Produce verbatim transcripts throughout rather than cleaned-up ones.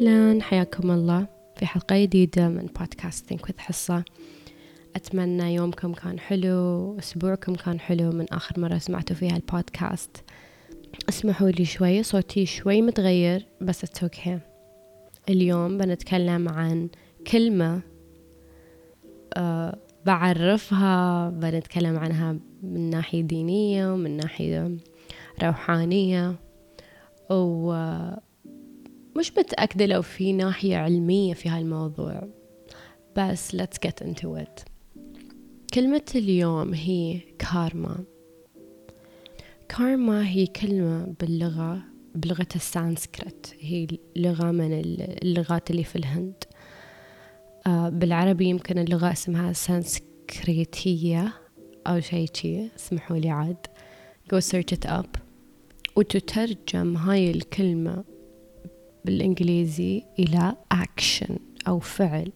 أهلا، حياكم الله في حلقة جديدة من بودكاست Think with حصة. أتمنى يومكم كان حلو، أسبوعكم كان حلو من آخر مرة سمعتوا فيها البودكاست. اسمحوا لي شوي، صوتي شوي متغير بس it's okay. اليوم بنتكلم عن كلمة أه بعرفها، بنتكلم عنها من ناحية دينية ومن ناحية روحانية، ومش متأكدة لو في ناحية علمية في هالموضوع، بس let's get into it. كلمة اليوم هي كارما. كارما هي كلمة باللغة بلغة السانسكريت، هي لغة من اللغات اللي في الهند. آه بالعربي يمكن اللغة اسمها سانسكريتية أو شيء شيء، اسمحوا لي عاد go search it up. وتترجم هاي الكلمة بالإنجليزي إلى action أو فعل.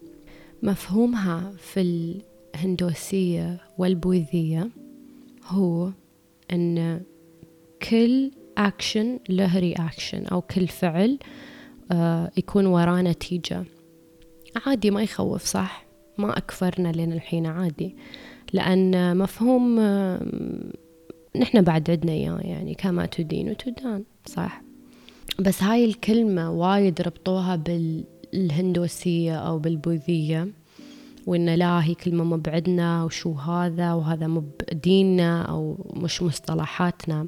مفهومها في الهندوسية والبوذية هو أن كل action له reaction، أو كل فعل آه يكون وراه نتيجة. عادي، ما يخوف صح؟ ما أكفرنا لين الحين عادي، لأن مفهوم آه نحن بعد عدنا إياه، يعني كما تدين وتدان صح؟ بس هاي الكلمة وايد ربطوها بالهندوسية أو بالبوذية، وإن لا هي كلمة مبعدنا وشو هذا وهذا مبديننا أو مش مصطلحاتنا.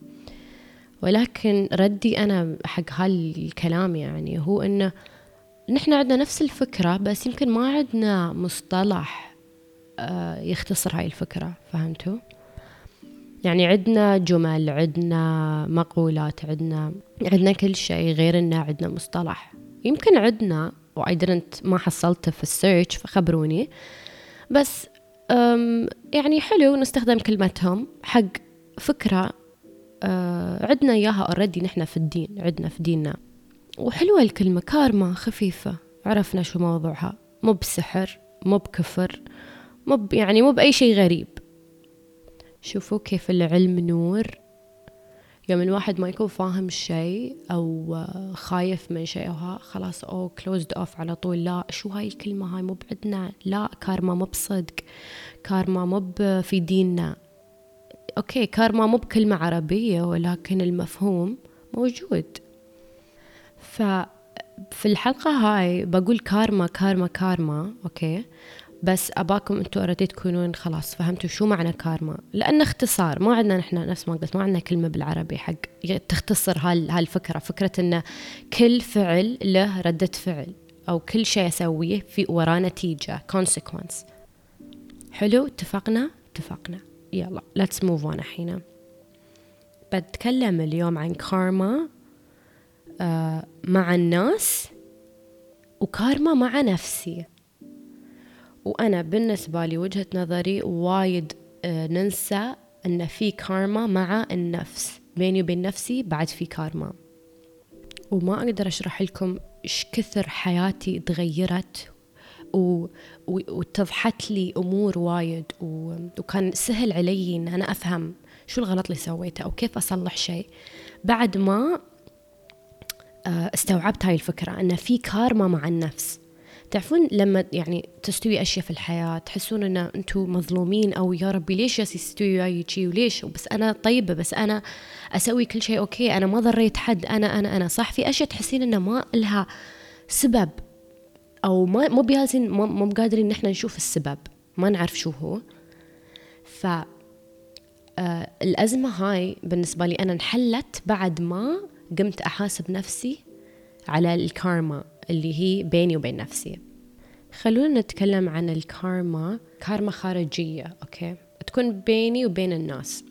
ولكن ردي أنا حق هالكلام يعني هو إنه نحن عندنا نفس الفكرة، بس يمكن ما عندنا مصطلح يختصر هاي الفكرة. فهمتوا؟ يعني عندنا جمل، عندنا مقولات، عندنا عندنا كل شيء، غير إنه عندنا مصطلح. يمكن عندنا و I didn't ما حصلته في السيرش، فخبروني. بس يعني حلو نستخدم كلمتهم حق فكرة أه عندنا إياها already نحن في الدين، عندنا في ديننا. وحلوة الكلمة كارما، خفيفة، عرفنا شو موضوعها، مو بسحر، مو بكفر، مو ب يعني مو بأي شيء غريب. شوفوا كيف العلم نور. يوم الواحد ما يكون فاهم شيء أو خايف من شيء أو ها خلاص أو closed off على طول، لا شو هاي الكلمة، هاي مو بعدنا، لا كارما مو بصدق، كارما مو في ديننا. أوكي كارما مو بكلمة عربية، ولكن المفهوم موجود. ففي الحلقة هاي بقول كارما كارما كارما أوكي، بس أباكم أنتوا أردت تكونون خلاص فهمتوا شو معنى كارما، لأن اختصار ما عندنا نحن، نفس ما قلت ما عندنا كلمة بالعربي حق تختصر هال هالفكرة، فكرة إن كل فعل له ردة فعل، أو كل شيء أسويه في وراه نتيجة consequence. حلو، اتفقنا اتفقنا يلا let's move on. الحين بتكلم اليوم عن كارما آه مع الناس، وكارما مع نفسي. وأنا بالنسبة لي وجهة نظري وايد آه ننسى أن في كارما مع النفس، بيني وبين نفسي بعد في كارما. وما أقدر أشرح لكم إيش كثر حياتي تغيرت و... واتضحت لي أمور وايد، و... وكان سهل علي أن أنا أفهم شو الغلط اللي سويته أو كيف أصلح شيء بعد ما استوعبت هاي الفكرة أن في كارما مع النفس. تعرفون لما يعني تستوي أشياء في الحياة تحسون أن أنتوا مظلومين، أو يا ربي ليش يستوي وياي شيء وليش، بس أنا طيبة، بس أنا أسوي كل شيء أوكي، أنا ما ضريت حد، أنا أنا أنا صح. في أشياء تحسين أنه ما لها سبب، أو ما مو بيالسين، مو بقادرين نحن نشوف السبب، ما نعرف شو هو. ف آه الأزمة هاي بالنسبة لي أنا انحلت بعد ما قمت أحاسب نفسي على الكارما اللي هي بيني وبين نفسي. خلونا نتكلم عن الكارما، كارما خارجية أوكي، تكون بيني وبين الناس.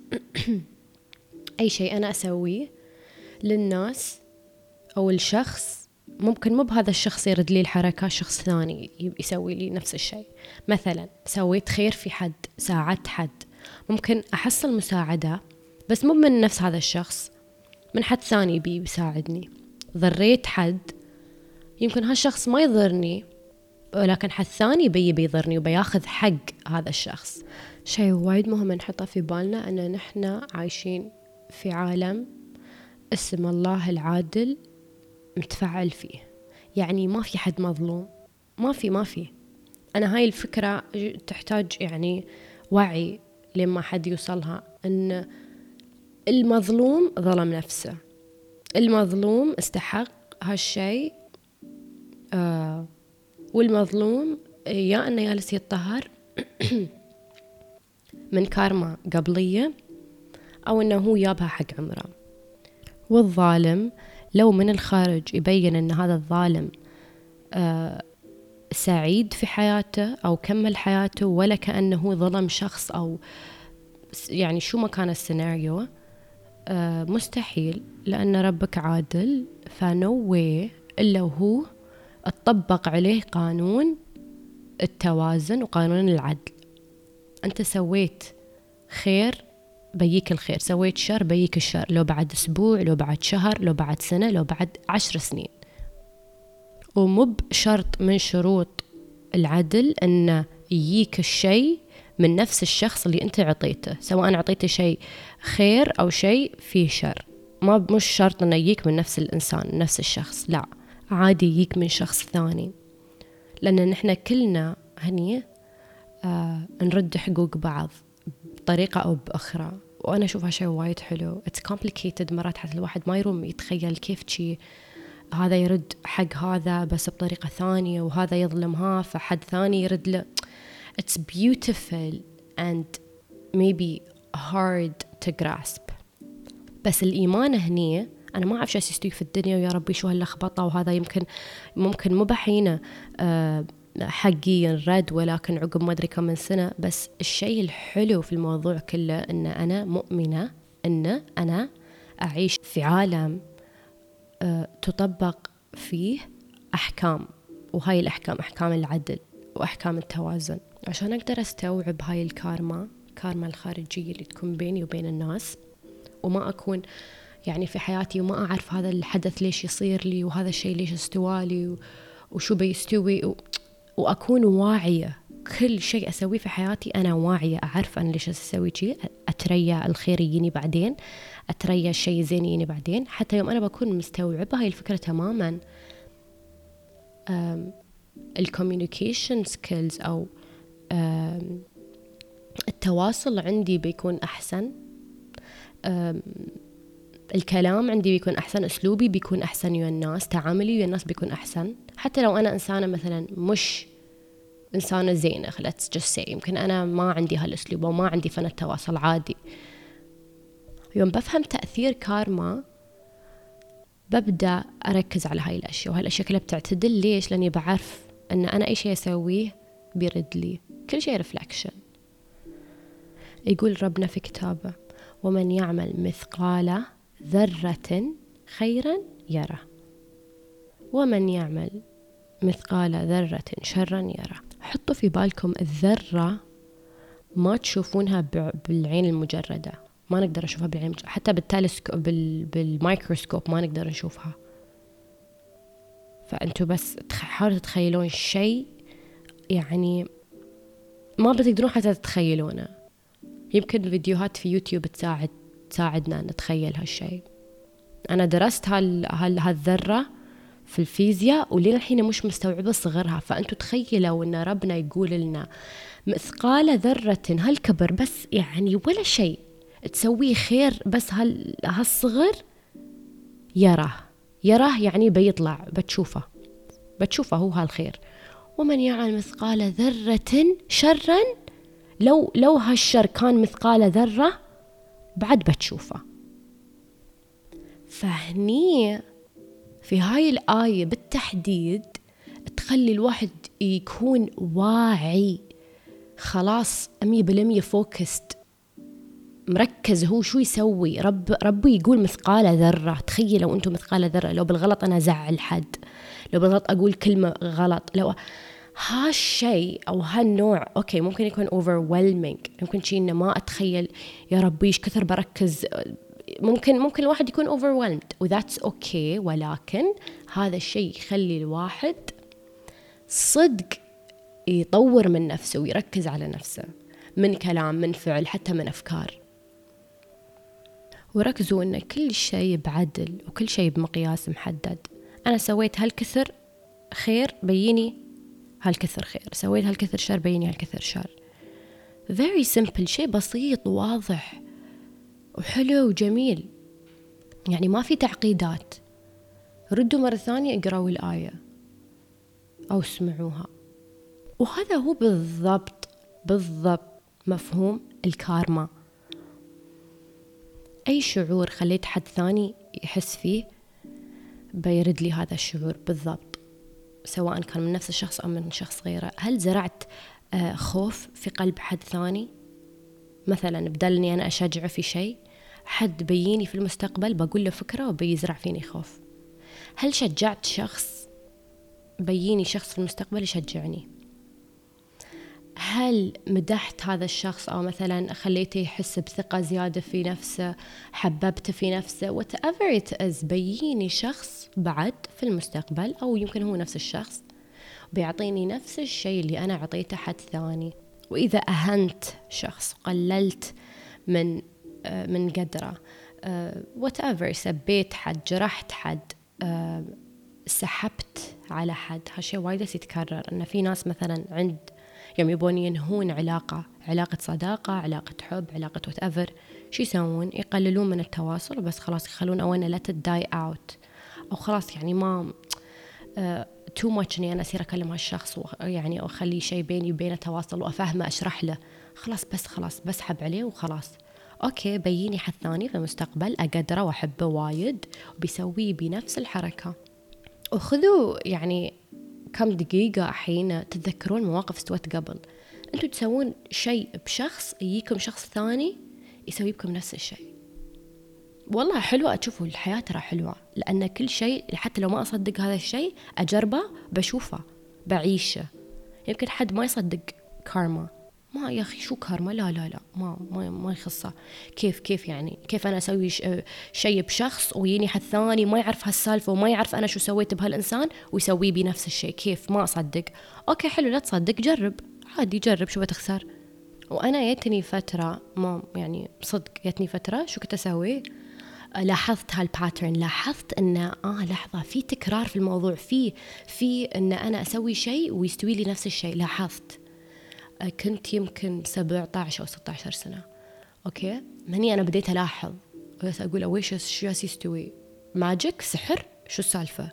أي شيء أنا أسويه للناس أو الشخص، ممكن مو بهذا الشخص يرد لي الحركة، شخص ثاني يسوي لي نفس الشيء. مثلا سويت خير في حد، ساعدت حد، ممكن أحصل مساعدة بس مو من نفس هذا الشخص، من حد ثاني بي بيساعدني. ضريت حد، يمكن هالشخص ما يضرني، ولكن حد ثاني بي بيضرني وبياخذ حق هذا الشخص. شيء وايد مهم نحطه في بالنا أن نحن عايشين في عالم اسم الله العادل متفعل فيه. يعني ما في حد مظلوم، ما في ما في أنا هاي الفكرة تحتاج يعني وعي لما حد يوصلها، أن المظلوم ظلم نفسه، المظلوم استحق هالشيء، آه والمظلوم يا أنه يالس يتطهر من كارما قبلية أو أنه هو يابها حق عمره. والظالم لو من الخارج يبين أن هذا الظالم آه سعيد في حياته أو كمل حياته ولا كأنه ظلم شخص أو يعني شو ما كان السيناريو، آه مستحيل، لأن ربك عادل، فنو واي إلا وهو اتطبق عليه قانون التوازن وقانون العدل. أنت سويت خير بيك الخير، سويت شر بيك الشر، لو بعد أسبوع، لو بعد شهر، لو بعد سنة، لو بعد عشر سنين. ومو بشرط من شروط العدل أن يجيك الشيء من نفس الشخص اللي أنت عطيته، سواء عطيته شيء خير أو شيء فيه شر، ما مش شرط أنه يجيك من نفس الإنسان نفس الشخص، لا عادي يجيك من شخص ثاني، لأن نحن كلنا هني آه نرد حقوق بعض بطريقة أو بأخرى. وأنا أشوفها شيء وايد حلو. it's complicated مرات حتى الواحد ما يروم يتخيل كيف شي هذا يرد حق هذا بس بطريقة ثانية، وهذا يظلمها فحد ثاني يرد له. it's beautiful and maybe hard to grasp. بس الإيمان هني أنا ما أعرف شو يستوي في الدنيا، ويا ربي شو هاللخبطة، وهذا يمكن ممكن مو بحينه أه حقي ينرد، ولكن عقب ما أدري كم من سنة. بس الشيء الحلو في الموضوع كله أن أنا مؤمنة أن أنا أعيش في عالم أه تطبق فيه أحكام، وهاي الأحكام أحكام العدل وأحكام التوازن، عشان أقدر أستوعب هاي الكارما، كارما الخارجية اللي تكون بيني وبين الناس، وما أكون يعني في حياتي وما أعرف هذا الحدث ليش يصير لي، وهذا الشيء ليش استوالي، وشو بيستوي، و... وأكون واعية كل شيء أسويه في حياتي. أنا واعية، أعرف أنا ليش أسوي شيء، أتريا الخير يجيني بعدين، أتريا الشيء زين يجيني بعدين. حتى يوم أنا بكون مستوعبة هاي الفكرة تماما، الكوميونيكيشن سكيلز أو التواصل عندي بيكون أحسن، الكلام عندي بيكون أحسن، أسلوبي بيكون أحسن ويا الناس، تعاملي ويا الناس بيكون أحسن. حتى لو أنا إنسانة مثلا مش إنسانة زينة let's just say، يمكن أنا ما عندي هالأسلوب وما عندي فن التواصل عادي، يوم بفهم تأثير كارما ببدأ أركز على هاي الأشياء، وهاي الأشياء كلها بتعتدل. ليش؟ لأني بعرف أن أنا أي شيء أسويه بيرد لي، كل شيء ريفلكشن. يقول ربنا في كتابه: ومن يعمل مثقال ذرة خيرا يره، ومن يعمل مثقال ذرة شرا يره. حطوا في بالكم الذرة ما تشوفونها بالعين المجردة، ما نقدر نشوفها بالعين المجردة، حتى بالتلسكوب بال... بالميكروسكوب ما نقدر نشوفها. فأنتوا بس حاولوا تتخيلون شيء يعني ما بتقدرون حتى تتخيلونه. يمكن الفيديوهات في يوتيوب تساعد تساعدنا نتخيل هالشيء. أنا درست هال... هال... هالذرة في الفيزياء ولين الحين مش مستوعبة صغرها. فأنتوا تخيلوا أن ربنا يقول لنا مثقال ذرة، هالكبر بس يعني ولا شيء تسويه خير، بس هال... هالصغر يراه يراه يعني بيطلع، بتشوفه بتشوفه هو هالخير. ومن يعمل مثقال ذرة شرا، لو لو هالشر كان مثقال ذرة بعد بتشوفه. فهني في هاي الآية بالتحديد تخلي الواحد يكون واعي خلاص مية بالمية فوكست، مركز هو شو يسوي. رب ربي يقول مثقال ذرة. تخيلوا أنتم مثقال ذرة، لو بالغلط أنا زعل حد، لو بالغلط أقول كلمة غلط، لو هالشيء أو هالنوع أوكي ممكن يكون overwhelming، ممكن شيء إنه ما أتخيل يا ربي إيش كثر بركز، ممكن ممكن الواحد يكون overwhelmed و that's okay. ولكن هذا الشيء يخلي الواحد صدق يطور من نفسه ويركز على نفسه، من كلام، من فعل، حتى من أفكار. وركزوا أن كل شيء بعدل وكل شيء بمقياس محدد. أنا سويت هالكثر خير بيني هالكثر خير، سويت هالكثر شر بيني هالكثر شر. very simple، شيء بسيط وواضح وحلو وجميل، يعني ما في تعقيدات. ردوا مرة ثانية اقرأوا الآية أو اسمعوها. وهذا هو بالضبط بالضبط مفهوم الكارما. أي شعور خليت حد ثاني يحس فيه بيرد لي هذا الشعور بالضبط، سواء كان من نفس الشخص أو من شخص غيره. هل زرعت آه خوف في قلب حد ثاني؟ مثلا بدل أني أنا أشجعه في شيء، حد بيني في المستقبل بقول له فكرة وبيزرع فيني خوف. هل شجعت شخص بيني شخص في المستقبل يشجعني؟ هل مدحت هذا الشخص أو مثلا خليته يحس بثقة زيادة في نفسه، حببته في نفسه، whatever it is، بيني شخص بعد في المستقبل أو يمكن هو نفس الشخص بيعطيني نفس الشيء اللي أنا عطيته حد ثاني. وإذا أهنت شخص، قللت من من قدره، whatever، سبيت حد، جرحت حد، سحبت على حد، هالشيء وايد يتكرر. إن في ناس مثلا عند يوم يبون ينهون علاقة، علاقة صداقة، علاقة حب، علاقة whatever، شو يسوون؟ يقللون من التواصل وبس، خلاص يخلون أولا let it die out، أو خلاص يعني ما uh, too much إني أنا أصير أكلم هالشخص يعني أو أخلي شيء بيني وبينه تواصل وأفهمه أشرح له، خلاص بس خلاص بسحب عليه وخلاص. أوكي، بيني حد ثاني في المستقبل أقدره وأحبه وايد وبيسوي بنفس الحركة. وخذوا يعني كم دقيقة حين تتذكرون مواقف استوت قبل، أنتوا تسوون شيء بشخص يجيكم شخص ثاني يسوي بكم نفس الشيء. والله حلوة، أشوفوا الحياة ترى حلوة، لأن كل شيء حتى لو ما أصدق هذا الشيء أجربه، بشوفه، بعيشه. يمكن حد ما يصدق كارما، ما يا أخي شو كارما، لا لا لا ما ما ما يخصه. كيف كيف يعني كيف أنا أسوي شيء بشخص ويني حد ثاني ما يعرف هالسالفة وما يعرف أنا شو سويت بهالإنسان ويسوي بي نفس الشيء؟ كيف؟ ما أصدق. أوكي حلو، لا تصدق، جرب عادي، جرب، شو بتخسر. وأنا جتني فترة، ما يعني صدق جتني فترة شو كنت أسوي؟ لاحظت هالباترن، لاحظت إن آه لحظة في تكرار في الموضوع، في في إن أنا أسوي شيء ويستوي لي نفس الشيء. لاحظت كنت يمكن سبعة عشر أو ستة عشر سنة. أوكي، مني أنا بديت ألاحظ بس أقول أويش شو يستوي، ماجيك، سحر، شو السالفة؟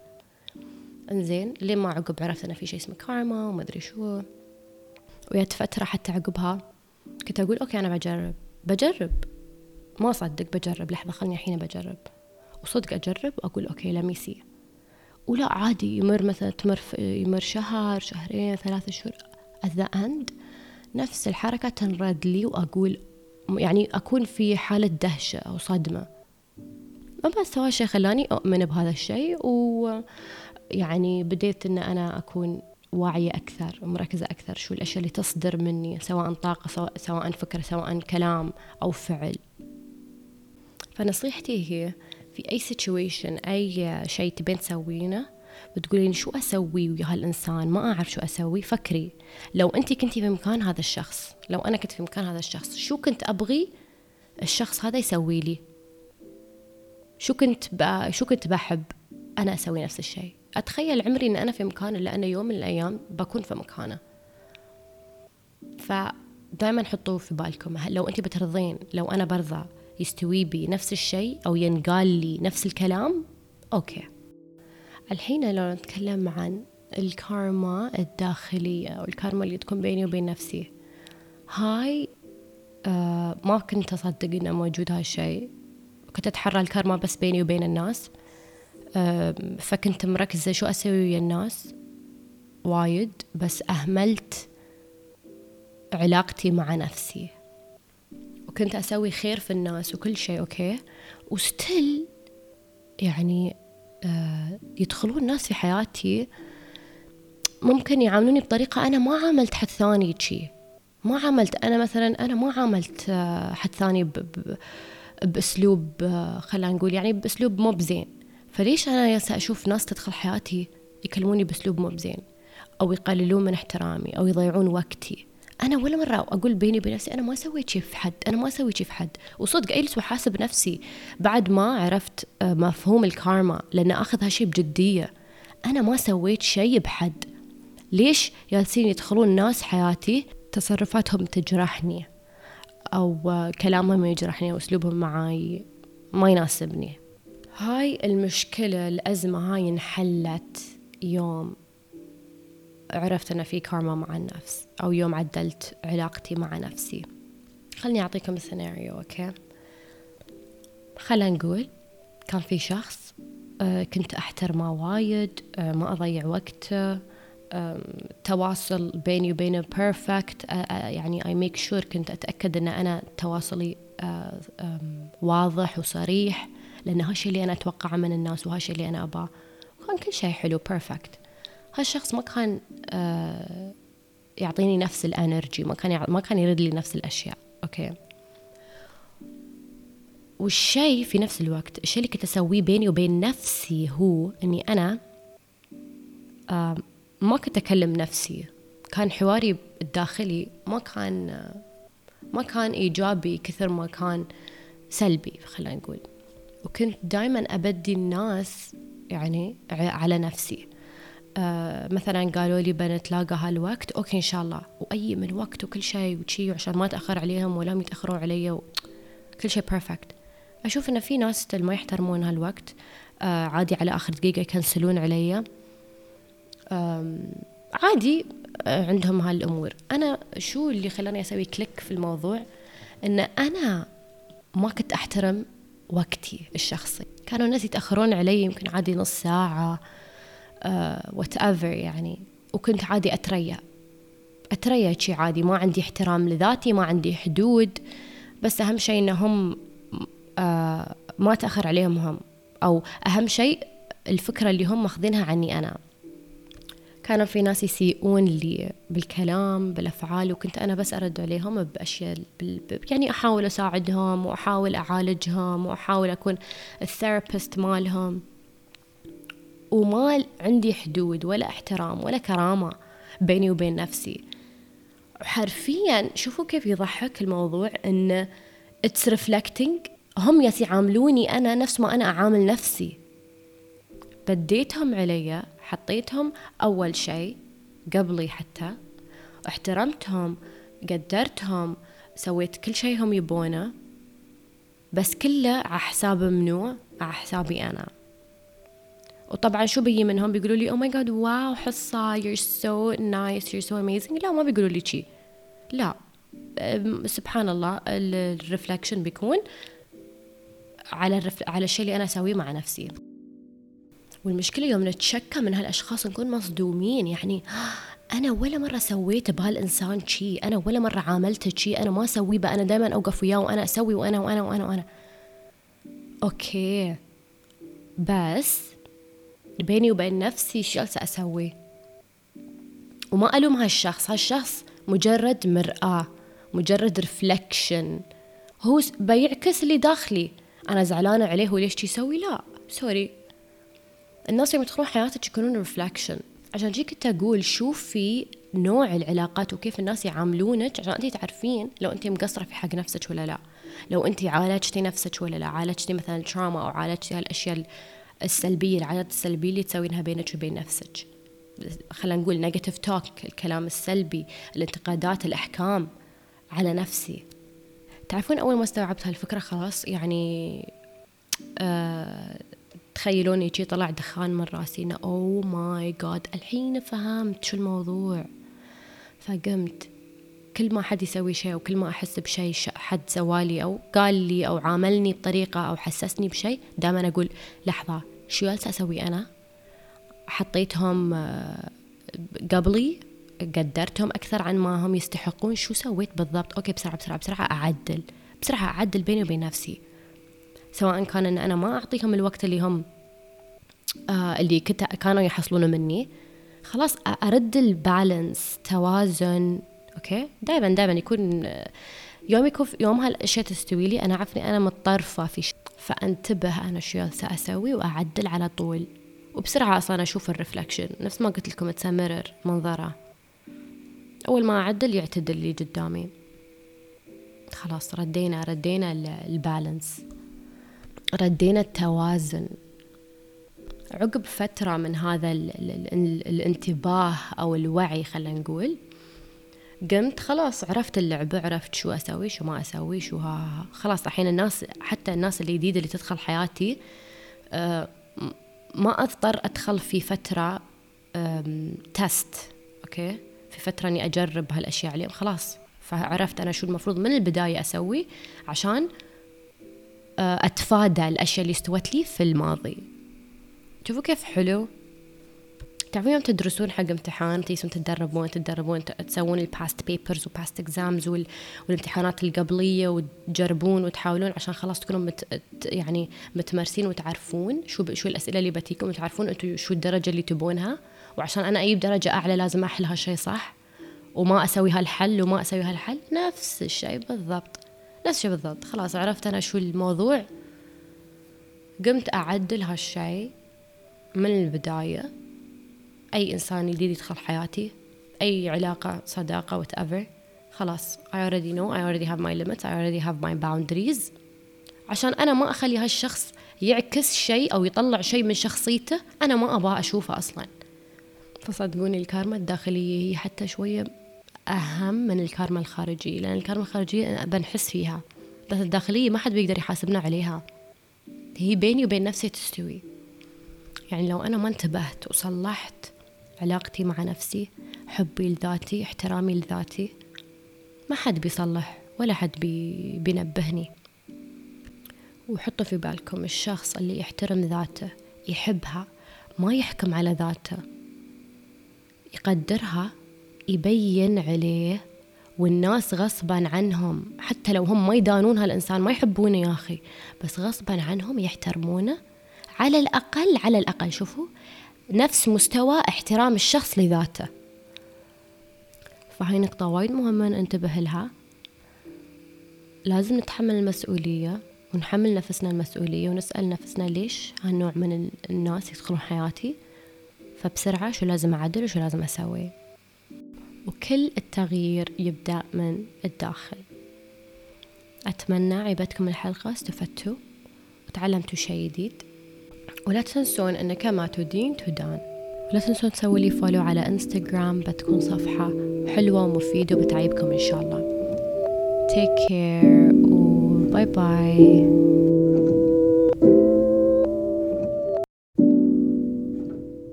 إنزين لين ما عقب عرفت أنا في شيء اسمه كارما وما أدري شو. ويات فترة حتى عقبها كنت أقول أوكي أنا بجرب بجرب ما أصدق، بجرب لحظة خلني الحين بجرب، وصدق أجرب أقول أوكي لميسي، ولا عادي يمر مثلا تمر يمر شهر شهرين ثلاثة شهور at the end نفس الحركة تنرد لي، وأقول يعني أكون في حالة دهشة أو صدمة. ما بس هو شيء خلاني أؤمن بهذا الشيء، ويعني بديت أن أنا أكون واعية أكثر ومركزة أكثر شو الأشياء اللي تصدر مني، سواء طاقة سواء, سواء فكرة سواء كلام أو فعل. فنصيحتي هي في أي situation أي شيء تبين تسوينه بتقولين شو أسوي ويا هالإنسان، ما أعرف شو أسوي، فكري لو أنتي كنتي في مكان هذا الشخص، لو أنا كنت في مكان هذا الشخص شو كنت أبغي الشخص هذا يسوي لي، شو كنت ب... شو كنت بحب أنا أسوي نفس الشيء. أتخيل عمري إن أنا في مكان اللي أنا يوم من الأيام بكون في مكانه. فدائما حطوا في بالكم لو أنتي بترضين، لو أنا برضى يستوي بي نفس الشيء أو ينقال لي نفس الكلام، أوكي. الحين لو نتكلم عن الكارما الداخلية أو الكارما اللي تكون بيني وبين نفسي، هاي آه ما كنت أصدق إنه موجود هالشيء، كنت أتحرى الكارما بس بيني وبين الناس. آه فكنت مركزة شو أسوي ويا الناس وايد، بس أهملت علاقتي مع نفسي، وكنت أسوي خير في الناس وكل شيء أوكي، وستيل يعني آه يدخلون ناس في حياتي ممكن يعاملوني بطريقة أنا ما عاملت حد ثاني شي، ما عاملت أنا مثلا أنا ما عاملت آه حد ثاني ب ب بأسلوب آه خلينا نقول يعني بأسلوب مو بزين. فليش أنا يسا أشوف ناس تدخل حياتي يكلموني بأسلوب مو بزين أو يقللون من احترامي أو يضيعون وقتي؟ أنا ولا مرة أقول بيني بنفسي أنا ما سويت شي في حد، أنا ما سويت شي في حد، وصدق أجلس وحاسب نفسي بعد ما عرفت مفهوم الكارما، لأن أخذ هالشي بجدية. أنا ما سويت شيء بحد، ليش جالسين يدخلون ناس حياتي تصرفاتهم تجرحني أو كلامهم يجرحني أو أسلوبهم معاي ما يناسبني. هاي المشكلة الأزمة هاي انحلت يوم عرفت أنا في كارما مع النفس، أو يوم عدلت علاقتي مع نفسي. خلني أعطيكم سيناريو. أوكي، خلنا نقول كان في شخص آه كنت أحترمه وايد، آه ما أضيع وقته، تواصل بيني وبينه بيرفكت، يعني I make sure كنت أتأكد أن أنا تواصلي واضح وصريح، لأن هالشي اللي أنا أتوقعه من الناس وهالشي اللي أنا أباه. كان كل شيء حلو بيرفكت. هالشخص ما كان يعطيني نفس الانرجي، ما كان ما كان يرد لي نفس الأشياء. أوكي، والشيء في نفس الوقت الشيء اللي كنت أسويه بيني وبين نفسي هو أني أنا ما كنت أكلم نفسي. كان حواري الداخلي ما كان ما كان إيجابي كثر ما كان سلبي، خلينا نقول. وكنت دايما أبدي الناس يعني على نفسي. آه مثلا قالوا لي بنتلاقى هالوقت، أوكي إن شاء الله، وأي من وقت وكل شيء وشي، عشان ما أتأخر عليهم ولا هم يتأخروا علي، وكل شيء بيرفكت. أشوف إن في ناس ما يحترمون هالوقت، آه عادي على آخر دقيقة يكنسلون علي، عادي عندهم هالأمور. أنا شو اللي خلاني أسوي كليك في الموضوع؟ إن أنا ما كنت أحترم وقتي الشخصي. كانوا الناس يتأخرون علي يمكن عادي نص ساعة uh, whatever يعني، وكنت عادي أتريا أتريا شي عادي، ما عندي احترام لذاتي، ما عندي حدود. بس أهم شيء إنهم uh, ما تأخر عليهم هم، أو أهم شيء الفكرة اللي هم ماخذينها عني أنا. كانوا في ناس يسيئون لي بالكلام بالأفعال، وكنت أنا بس أرد عليهم بأشياء يعني أحاول أساعدهم وأحاول أعالجهم وأحاول أكون الثيرابيست مالهم، وما عندي حدود ولا احترام ولا كرامة بيني وبين نفسي. حرفيا شوفوا كيف يضحك الموضوع، إن it's reflecting هم يعاملوني أنا نفس ما أنا أعامل نفسي. بديتهم علي، حطيتهم أول شيء قبلي، حتى احترمتهم، قدرتهم، سويت كل شيء هم يبونه، بس كله على حساب منو؟ على حسابي أنا. وطبعا شو بيجي منهم؟ بيقولوا لي oh my god واو حصة you're so nice you're so amazing. لا، ما بيقولوا لي شي، لا. سبحان الله، الرفلكشن بيكون على الرف... على الشيء اللي أنا أسويه مع نفسي. والمشكلة يوم نتشكى من هالأشخاص نكون مصدومين، يعني أنا ولا مرة سويت بهالإنسان شي، أنا ولا مرة عاملته شي، أنا ما أسوي بقى، أنا دايما أوقف وياه وأنا أسوي وأنا وأنا وأنا وأنا أوكي، بس بيني وبين نفسي شو جالسة أسوي؟ وما ألوم هالشخص، هالشخص مجرد مرآة، مجرد رفلكشن، هو بيعكس اللي داخلي. أنا زعلانة عليه وليش شي يسوي؟ لا سوري، الناس اللي يدخلون حياتك يكونون رفلكشن. عشان جي كنت أقول شوفي نوع العلاقات وكيف الناس يعاملونك، عشان أنتي تعرفين لو أنتي مقصرة في حق نفسك ولا لا، لو أنتي عالجتي نفسك ولا لا، عالجتي مثلا التراما أو عالجتي هالأشياء السلبية، العادات السلبية اللي تسوينها بينك وبين نفسك. خلينا نقول نيجاتيف توك، الكلام السلبي، الانتقادات، الأحكام على نفسي. تعرفون أول ما استوعبت هالفكرة خلاص يعني آه تخيلوني شي طلع دخان من راسي، إنه أوه ماي جاد الحين فهمت شو الموضوع. فقمت كل ما حد يسوي شيء وكل ما أحس بشيء حد سوالي أو قال لي أو عاملني بطريقة أو حسسني بشيء، دائما أقول لحظة شو جالسة أسوي أنا؟ حطيتهم قبلي، قدرتهم أكثر عن ما هم يستحقون، شو سويت بالضبط؟ أوكي بسرعة بسرعة بسرعة أعدل، بسرعة أعدل بيني وبين نفسي، سواء كان أن أنا ما أعطيهم الوقت اللي هم آه اللي كنت كانوا يحصلونه مني، خلاص أرد البالانس، توازن. أوكي دائما دائما يكون يوم يكون يوم هالأشياء تستوي لي أنا عارفني أنا متطرفة في شيء، فأنتبه أنا شو سأسوي وأعدل على طول، وبسرعة أصلا أشوف الرفلكشن. نفس ما قلت لكم تسمرر منظرة، أول ما أعدل يعتدل لي قدامي. خلاص ردينا ردينا البالانس، ردينا التوازن. عقب فترة من هذا ال ال ال الانتباه أو الوعي خلينا نقول، قمت خلاص عرفت اللعبة، عرفت شو أسوي شو ما أسوي شو ها خلاص. الحين الناس حتى الناس اللي جديدة اللي تدخل حياتي آه ما أضطر أدخل في فترة تست، أوكي، في فترة أني أجرب هالأشياء عليهم خلاص. فعرفت أنا شو المفروض من البداية أسوي عشان آه أتفادى الأشياء اللي استوت لي في الماضي. شوفوا كيف حلو. تعرفون يوم تدرسون حق امتحان تيسون تتدربون تتدربون تسوون الباست بيبرز وباست اكزامز والامتحانات القبلية وتجربون وتحاولون عشان خلاص تكونوا مت يعني متمرسين وتعرفون شو شو الأسئلة اللي بتيكم وتعرفون انتوا شو الدرجة اللي تبونها، وعشان أنا أجيب درجة أعلى لازم أحل هالشيء صح وما أسوي هالحل وما أسوي هالحل. نفس الشيء بالضبط، نفس الشيء بالضبط. خلاص عرفت أنا شو الموضوع، قمت أعدل هالشيء من البداية. أي إنسان جديد يدخل حياتي، أي علاقة صداقة whatever، خلاص I already know I already have my limits I already have my boundaries، عشان أنا ما أخلي هالشخص يعكس شيء أو يطلع شيء من شخصيته أنا ما أبغى أشوفه أصلا. فصدقوني الكارما الداخلية هي حتى شوية أهم من الكارما الخارجية، لأن الكارما الخارجية بنحس فيها، بس الداخلية ما حد بيقدر يحاسبنا عليها، هي بيني وبين نفسي تستوي. يعني لو أنا ما انتبهت وصلحت علاقتي مع نفسي، حبي لذاتي، احترامي لذاتي، ما حد بيصلح ولا حد بي بينبهني. وحطوا في بالكم الشخص اللي يحترم ذاته، يحبها، ما يحكم على ذاته، يقدرها، يبين عليه، والناس غصبا عنهم حتى لو هم ما يدانون هالإنسان ما يحبونه يا أخي، بس غصبا عنهم يحترمونه على الأقل على الأقل شوفوا نفس مستوى احترام الشخص لذاته. فهاي نقطة وايد مهمة ننتبه لها. لازم نتحمل المسؤولية ونحمل نفسنا المسؤولية ونسأل نفسنا ليش هالنوع من الناس يدخلون حياتي، فبسرعة شو لازم أعدل وشو لازم أسوي. وكل التغيير يبدأ من الداخل. أتمنى عجبتكم الحلقة، استفدتوا وتعلمتوا شيء جديد. ولا تنسون أن كما تدين تدان. ولا تنسون تسووا لي فولو على انستغرام، بتكون صفحة حلوة ومفيدة وبتعيبكم إن شاء الله. Take care و باي باي.